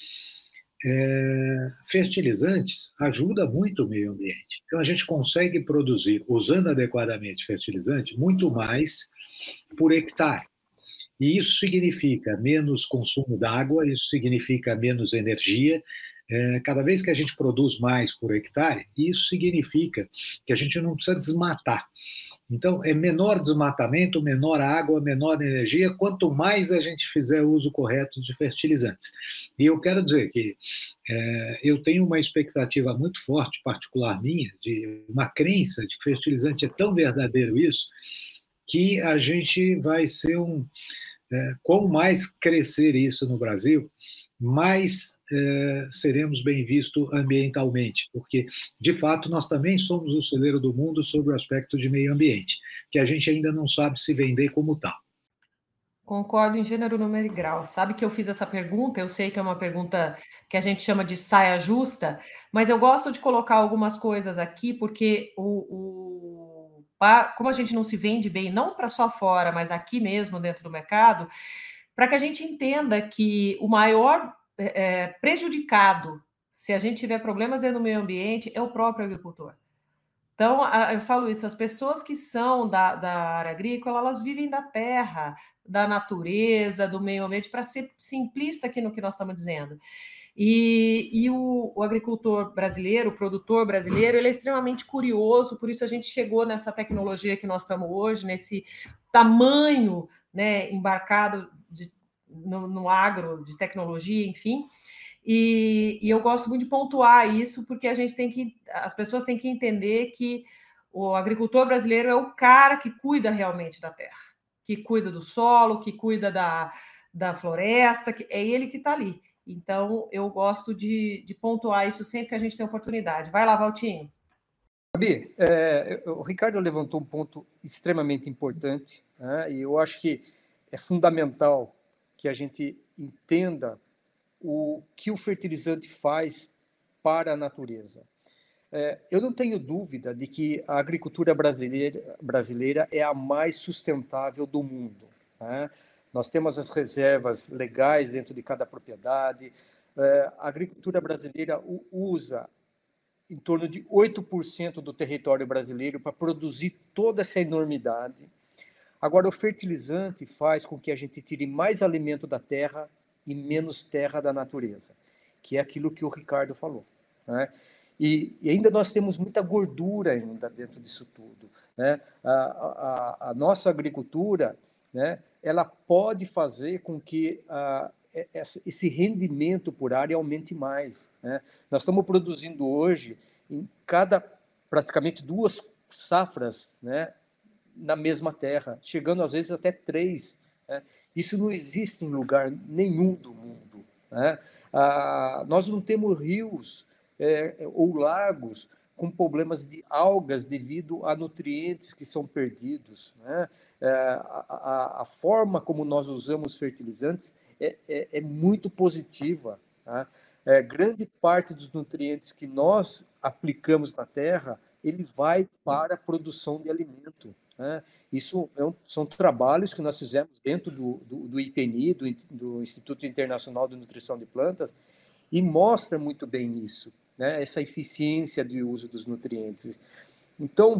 Fertilizantes ajuda muito o meio ambiente. Então, a gente consegue produzir, usando adequadamente fertilizante, muito mais por hectare. E isso significa menos consumo d'água, isso significa menos energia. Cada vez que a gente produz mais por hectare, isso significa que a gente não precisa desmatar. Então, é menor desmatamento, menor água, menor energia, quanto mais a gente fizer o uso correto de fertilizantes. E eu quero dizer que eu tenho uma expectativa muito forte, particular minha, de uma crença de que fertilizante é tão verdadeiro isso, que a gente vai ser quanto mais crescer isso no Brasil, mais seremos bem vistos ambientalmente, porque, de fato, nós também somos o celeiro do mundo sobre o aspecto de meio ambiente, que a gente ainda não sabe se vender como tal. Concordo em gênero, número e grau. Sabe que eu fiz essa pergunta, eu sei que é uma pergunta que a gente chama de saia justa, mas eu gosto de colocar algumas coisas aqui, porque como a gente não se vende bem, não para só fora, mas aqui mesmo dentro do mercado, para que a gente entenda que o maior prejudicado, se a gente tiver problemas dentro do meio ambiente, é o próprio agricultor. Então, eu falo isso, as pessoas que são da área agrícola, elas vivem da terra, da natureza, do meio ambiente, para ser simplista aqui no que nós estamos dizendo. E o agricultor brasileiro, o produtor brasileiro, ele é extremamente curioso, por isso a gente chegou nessa tecnologia que nós estamos hoje, nesse tamanho, né, embarcado no agro, de tecnologia, enfim. E eu gosto muito de pontuar isso, porque as pessoas têm que entender que o agricultor brasileiro é o cara que cuida realmente da terra, que cuida do solo, que cuida da floresta, é ele que está ali. Então, eu gosto de pontuar isso sempre que a gente tem oportunidade. Vai lá, Valtinho. Gabi, o Ricardo levantou um ponto extremamente importante, né? E eu acho que é fundamental que a gente entenda o que o fertilizante faz para a natureza. Eu não tenho dúvida de que a agricultura brasileira é a mais sustentável do mundo, né? Nós temos as reservas legais dentro de cada propriedade. A agricultura brasileira usa em torno de 8% do território brasileiro para produzir toda essa enormidade. Agora, o fertilizante faz com que a gente tire mais alimento da terra e menos terra da natureza, que é aquilo que o Ricardo falou, né? E ainda nós temos muita gordura ainda dentro disso tudo, né? A nossa agricultura, né, ela pode fazer com que esse rendimento por área aumente mais, né? Nós estamos produzindo hoje em praticamente 2 safras, né, na mesma terra, chegando às vezes até 3, né? Isso não existe em lugar nenhum do mundo, né? Nós não temos rios ou lagos com problemas de algas devido a nutrientes que são perdidos, né? A forma como nós usamos fertilizantes é muito positiva, tá? Grande parte dos nutrientes que nós aplicamos na terra, ele vai para a produção de alimento, né? Isso são trabalhos que nós fizemos dentro do IPNI, do Instituto Internacional de Nutrição de Plantas, e mostra muito bem isso, né? Essa eficiência de uso dos nutrientes. Então,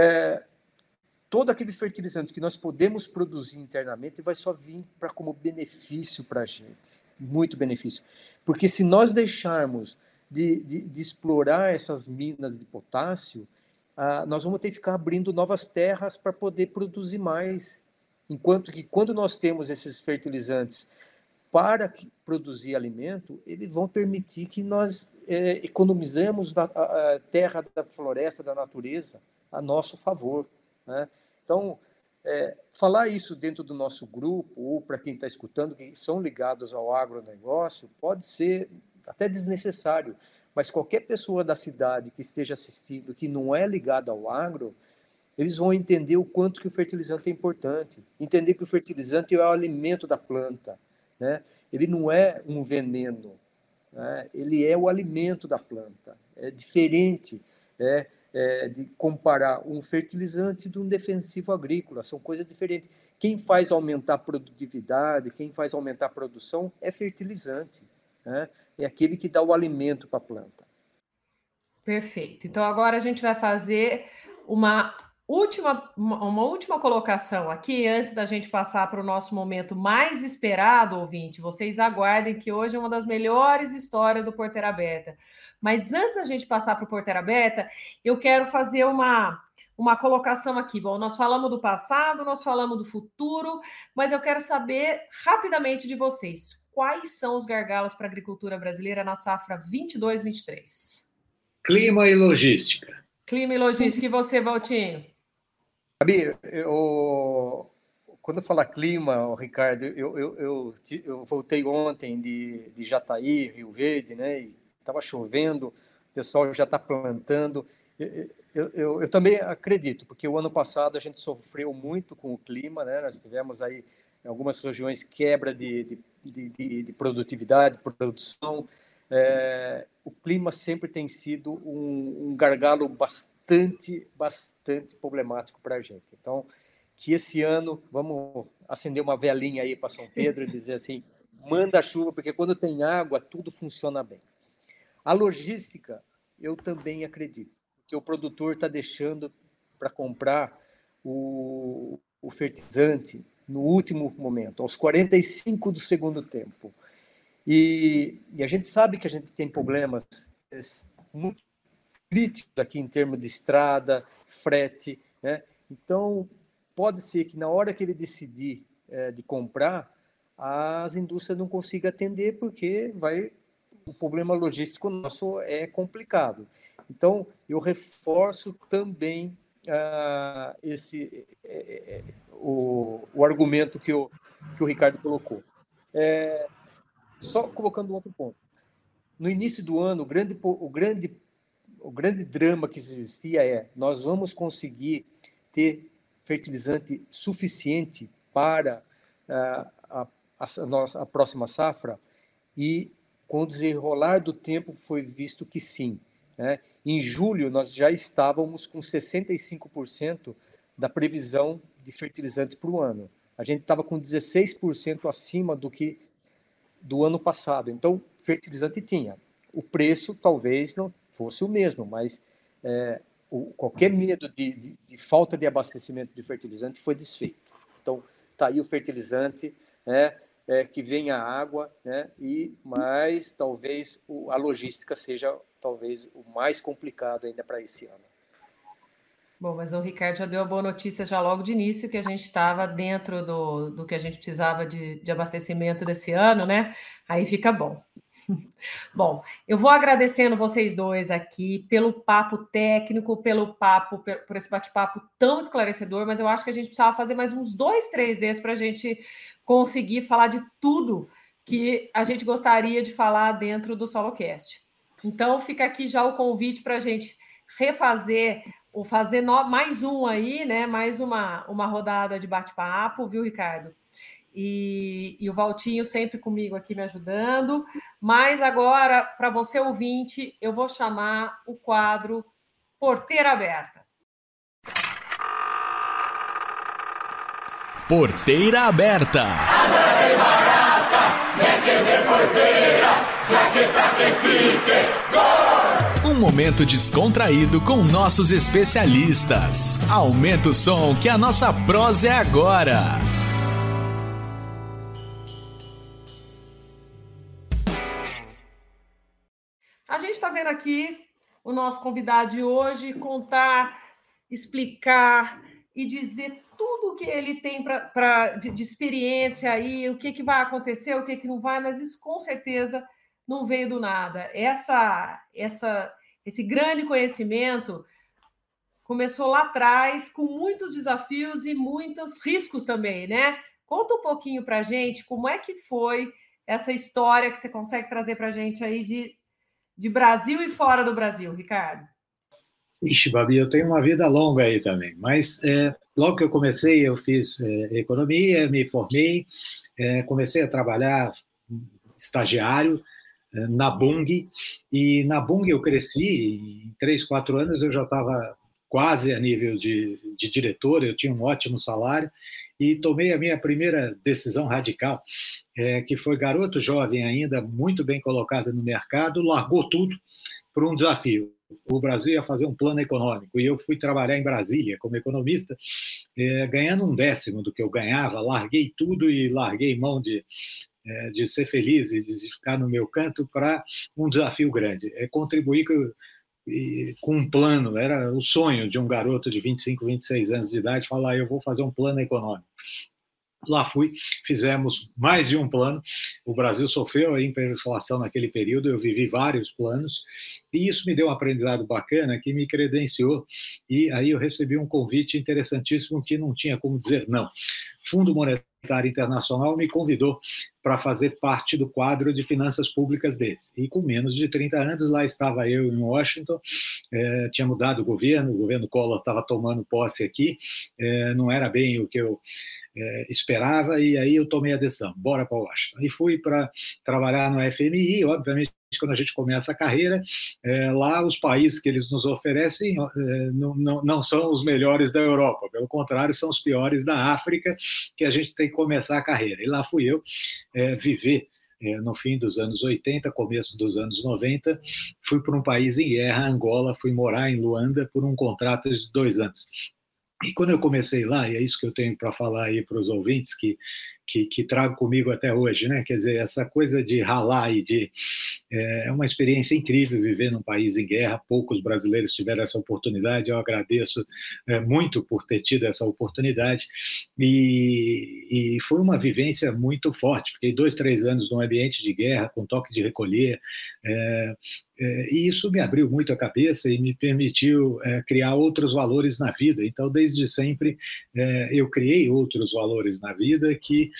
todo aquele fertilizante que nós podemos produzir internamente vai só vir como benefício para a gente, muito benefício. Porque se nós deixarmos de explorar essas minas de potássio, nós vamos ter que ficar abrindo novas terras para poder produzir mais. Enquanto que, quando nós temos esses fertilizantes para produzir alimento, eles vão permitir que nós economizemos a terra, da floresta, da natureza a nosso favor, né? Então, falar isso dentro do nosso grupo, ou para quem está escutando, que são ligados ao agronegócio, pode ser até desnecessário, mas qualquer pessoa da cidade que esteja assistindo, que não é ligada ao agro, eles vão entender o quanto que o fertilizante é importante, entender que o fertilizante é o alimento da planta, né? Ele não é um veneno, né? Ele é o alimento da planta. É diferente de comparar um fertilizante de um defensivo agrícola, são coisas diferentes. Quem faz aumentar a produtividade, quem faz aumentar a produção é fertilizante, né? É aquele que dá o alimento para a planta. Perfeito. Então, agora a gente vai fazer uma última colocação aqui, antes da gente passar para o nosso momento mais esperado, ouvinte. Vocês aguardem, que hoje é uma das melhores histórias do Porteira Aberta. Mas antes da gente passar para o Porteira Aberta, eu quero fazer uma colocação aqui. Bom, nós falamos do passado, nós falamos do futuro, mas eu quero saber rapidamente de vocês. Quais são os gargalos para a agricultura brasileira na safra 22-23? Clima e logística. Clima e logística. E você, Valtinho? Gabi, quando eu falar clima, Ricardo, eu voltei ontem de Jataí, Rio Verde, né? E estava chovendo, o pessoal já está plantando. Eu também acredito, porque o ano passado a gente sofreu muito com o clima, né? Nós tivemos aí em algumas regiões quebra de produtividade, produção. O clima sempre tem sido um gargalo bastante problemático para a gente. Então, que esse ano vamos acender uma velinha aí para São Pedro e dizer assim, manda a chuva, porque quando tem água, tudo funciona bem. A logística, eu também acredito, que o produtor está deixando para comprar o fertilizante no último momento, aos 45 do segundo tempo. E a gente sabe que a gente tem problemas muito críticos aqui em termos de estrada, frete, né? Então, pode ser que na hora que ele decidir de comprar, as indústrias não consigam atender, porque o problema logístico nosso é complicado. Então, eu reforço também o argumento que o Ricardo colocou. Só colocando um outro ponto. No início do ano, o grande drama que existia nós vamos conseguir ter fertilizante suficiente para a próxima safra, e com o desenrolar do tempo foi visto que sim, né? Em julho, nós já estávamos com 65% da previsão de fertilizante para o ano. A gente estava com 16% acima do ano passado. Então, fertilizante tinha. O preço talvez não fosse o mesmo, mas qualquer medo de falta de abastecimento de fertilizante foi desfeito. Então, está aí o fertilizante, que vem a água, né? Mas talvez a logística seja talvez o mais complicado ainda para esse ano. Bom, mas o Ricardo já deu a boa notícia já logo de início, que a gente estava dentro do que a gente precisava de abastecimento desse ano, né? Aí fica bom. Bom, eu vou agradecendo vocês dois aqui pelo papo técnico, por esse bate-papo tão esclarecedor, mas eu acho que a gente precisava fazer mais uns 2, 3 desses para a gente conseguir falar de tudo que a gente gostaria de falar dentro do SoloCast. Então, fica aqui já o convite para a gente refazer, ou fazer mais um aí, né? Mais uma rodada de bate-papo, viu, Ricardo? E o Valtinho sempre comigo aqui me ajudando. Mas agora, para você ouvinte, eu vou chamar o quadro Porteira Aberta. Porteira Aberta. Um momento descontraído com nossos especialistas. Aumenta o som que a nossa prosa é agora. aqui o nosso convidado de hoje contar, explicar e dizer tudo o que ele tem de experiência aí, o que vai acontecer, o que não vai, mas isso com certeza não veio do nada. Esse grande conhecimento começou lá atrás, com muitos desafios e muitos riscos também, né? Conta um pouquinho para a gente como é que foi essa história que você consegue trazer para a gente aí de Brasil e fora do Brasil, Ricardo. Ixi, Babi, eu tenho uma vida longa aí também, mas logo que eu comecei, eu fiz economia, me formei, comecei a trabalhar estagiário na Bung, e na Bung eu cresci, em 3, 4 anos eu já estava quase a nível de diretor, eu tinha um ótimo salário, e tomei a minha primeira decisão radical, que foi garoto jovem ainda, muito bem colocado no mercado, largou tudo por um desafio. O Brasil ia fazer um plano econômico, e eu fui trabalhar em Brasília como economista, ganhando 1/10 do que eu ganhava, larguei tudo e larguei mão de ser feliz e de ficar no meu canto para um desafio grande, contribuir com um plano. Era o sonho de um garoto de 25, 26 anos de idade, falar, eu vou fazer um plano econômico. Lá fui, fizemos mais de um plano. O Brasil sofreu a hiperinflação naquele período, eu vivi vários planos, e isso me deu um aprendizado bacana que me credenciou, e aí eu recebi um convite interessantíssimo que não tinha como dizer não. Fundo Monetário Internacional me convidou para fazer parte do quadro de finanças públicas deles. E com menos de 30 anos, lá estava eu em Washington, tinha mudado o governo Collor estava tomando posse aqui, não era bem o que eu esperava, e aí eu tomei a decisão, bora para Washington. E fui para trabalhar no FMI, obviamente, quando a gente começa a carreira, lá os países que eles nos oferecem não são os melhores da Europa, pelo contrário, são os piores da África, que a gente tem que começar a carreira. E lá fui eu viver no fim dos anos 80, começo dos anos 90, fui para um país em guerra, Angola, fui morar em Luanda por um contrato de 2 anos. E quando eu comecei lá, e é isso que eu tenho para falar aí para os ouvintes, que trago comigo até hoje, né? Quer dizer, essa coisa de ralar e é uma experiência incrível viver num país em guerra. Poucos brasileiros tiveram essa oportunidade. Eu agradeço muito por ter tido essa oportunidade, e foi uma vivência muito forte. Fiquei 2, 3 anos num ambiente de guerra, com toque de recolher, e isso me abriu muito a cabeça e me permitiu criar outros valores na vida. Então, desde sempre, eu criei outros valores na vida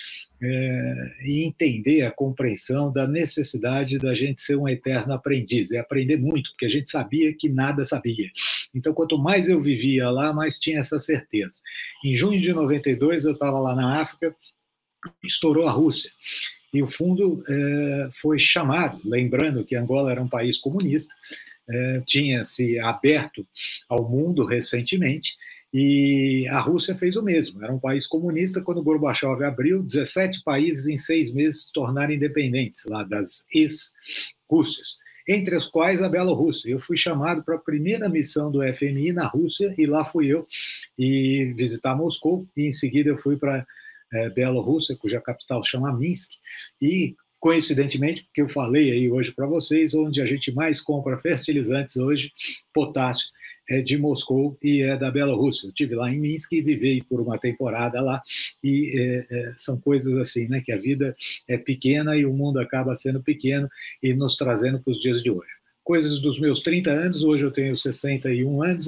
e entender a compreensão da necessidade da gente ser um eterno aprendiz, e aprender muito, porque a gente sabia que nada sabia. Então, quanto mais eu vivia lá, mais tinha essa certeza. Em junho de 92, eu estava lá na África, estourou a Rússia, e o fundo foi chamado, lembrando que Angola era um país comunista, tinha se aberto ao mundo recentemente, e a Rússia fez o mesmo. Era um país comunista. Quando Gorbachev abriu, 17 países em 6 meses se tornaram independentes lá das ex-Rússias, entre as quais a Bielorrússia. Eu fui chamado para a primeira missão do FMI na Rússia, e lá fui eu e visitar Moscou, e em seguida eu fui para Bielorrússia, cuja capital chama Minsk, e coincidentemente, porque eu falei aí hoje para vocês, onde a gente mais compra fertilizantes hoje, potássio, é de Moscou e é da Bielorrússia. Eu estive lá em Minsk e vivi por uma temporada lá, e são coisas assim, né, que a vida é pequena e o mundo acaba sendo pequeno e nos trazendo para os dias de hoje. Coisas dos meus 30 anos, hoje eu tenho 61 anos,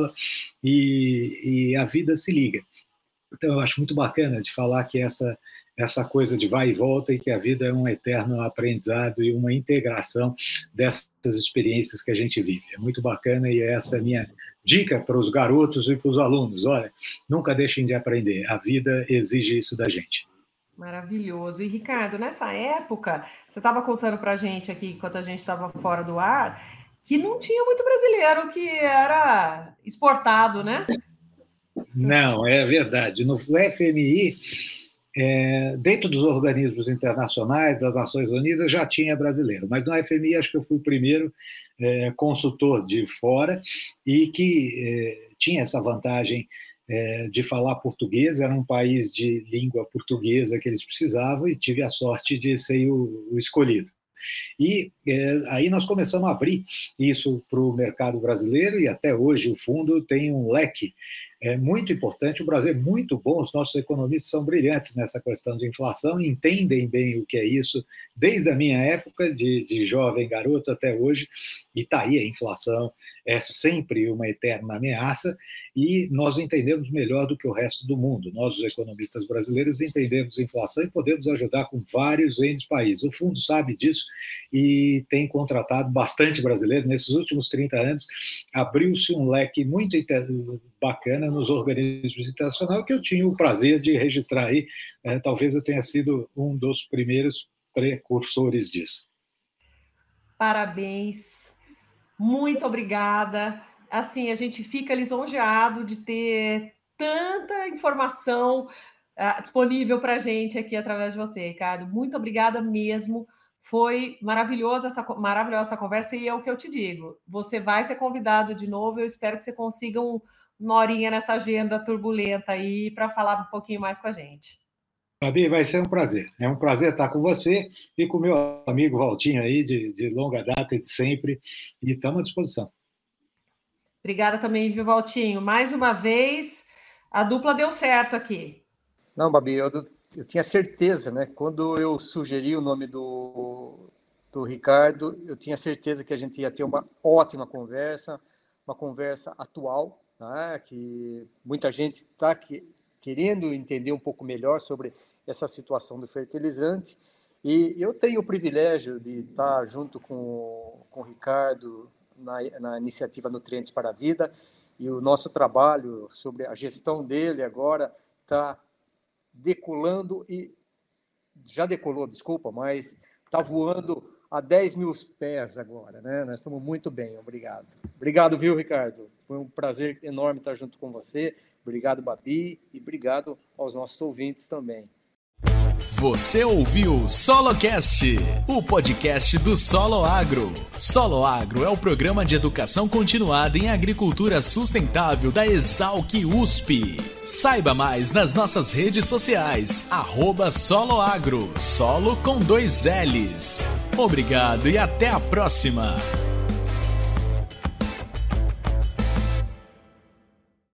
e a vida se liga. Então, eu acho muito bacana de falar que essa coisa de vai e volta, e que a vida é um eterno aprendizado e uma integração dessas experiências que a gente vive. É muito bacana, e essa é a minha dica para os garotos e para os alunos. Olha, nunca deixem de aprender. A vida exige isso da gente. Maravilhoso. E, Ricardo, nessa época, você estava contando para a gente aqui, enquanto a gente estava fora do ar, que não tinha muito brasileiro que era exportado, né? Não, é verdade. No FMI, dentro dos organismos internacionais, das Nações Unidas, já tinha brasileiro, mas no FMI acho que eu fui o primeiro consultor de fora, e que tinha essa vantagem de falar português. Era um país de língua portuguesa que eles precisavam, e tive a sorte de ser o escolhido. E aí nós começamos a abrir isso para o mercado brasileiro e até hoje o fundo tem um leque muito importante. O Brasil é muito bom, os nossos economistas são brilhantes nessa questão de inflação, entendem bem o que é isso, desde a minha época de jovem garoto até hoje, e está aí a inflação, é sempre uma eterna ameaça, e nós entendemos melhor do que o resto do mundo. Nós, os economistas brasileiros, entendemos a inflação e podemos ajudar com vários países. O fundo sabe disso e tem contratado bastante brasileiro. Nesses últimos 30 anos, abriu-se um leque muito bacana nos organismos internacionais, que eu tinha o prazer de registrar aí. Talvez eu tenha sido um dos primeiros precursores disso. Parabéns, muito obrigada. Assim, a gente fica lisonjeado de ter tanta informação disponível para a gente aqui através de você, Ricardo. Muito obrigada mesmo. Foi maravilhosa essa conversa e é o que eu te digo. Você vai ser convidado de novo. Eu espero que você consiga uma horinha nessa agenda turbulenta aí para falar um pouquinho mais com a gente. Babi, vai ser um prazer. É um prazer estar com você e com o meu amigo Valtinho aí, de longa data e de sempre. E estamos à disposição. Obrigada também, viu, Valtinho? Mais uma vez, a dupla deu certo aqui. Não, Babi, eu tinha certeza, né? Quando eu sugeri o nome do Ricardo, eu tinha certeza que a gente ia ter uma ótima conversa, uma conversa atual, né? Que muita gente está querendo entender um pouco melhor sobre essa situação do fertilizante. E eu tenho o privilégio de estar junto com o Ricardo na iniciativa Nutrientes para a Vida, e o nosso trabalho sobre a gestão dele agora está decolando e já decolou, desculpa, mas está voando a 10 mil pés agora, né? Nós estamos muito bem, obrigado. Obrigado, viu, Ricardo? Foi um prazer enorme estar junto com você. Obrigado, Babi, e obrigado aos nossos ouvintes também. Você ouviu SoloCast, o podcast do Solo Agro. Solo Agro é o programa de educação continuada em agricultura sustentável da Exalc USP. Saiba mais nas nossas redes sociais, @soloagro, solo com 2 Ls. Obrigado e até a próxima!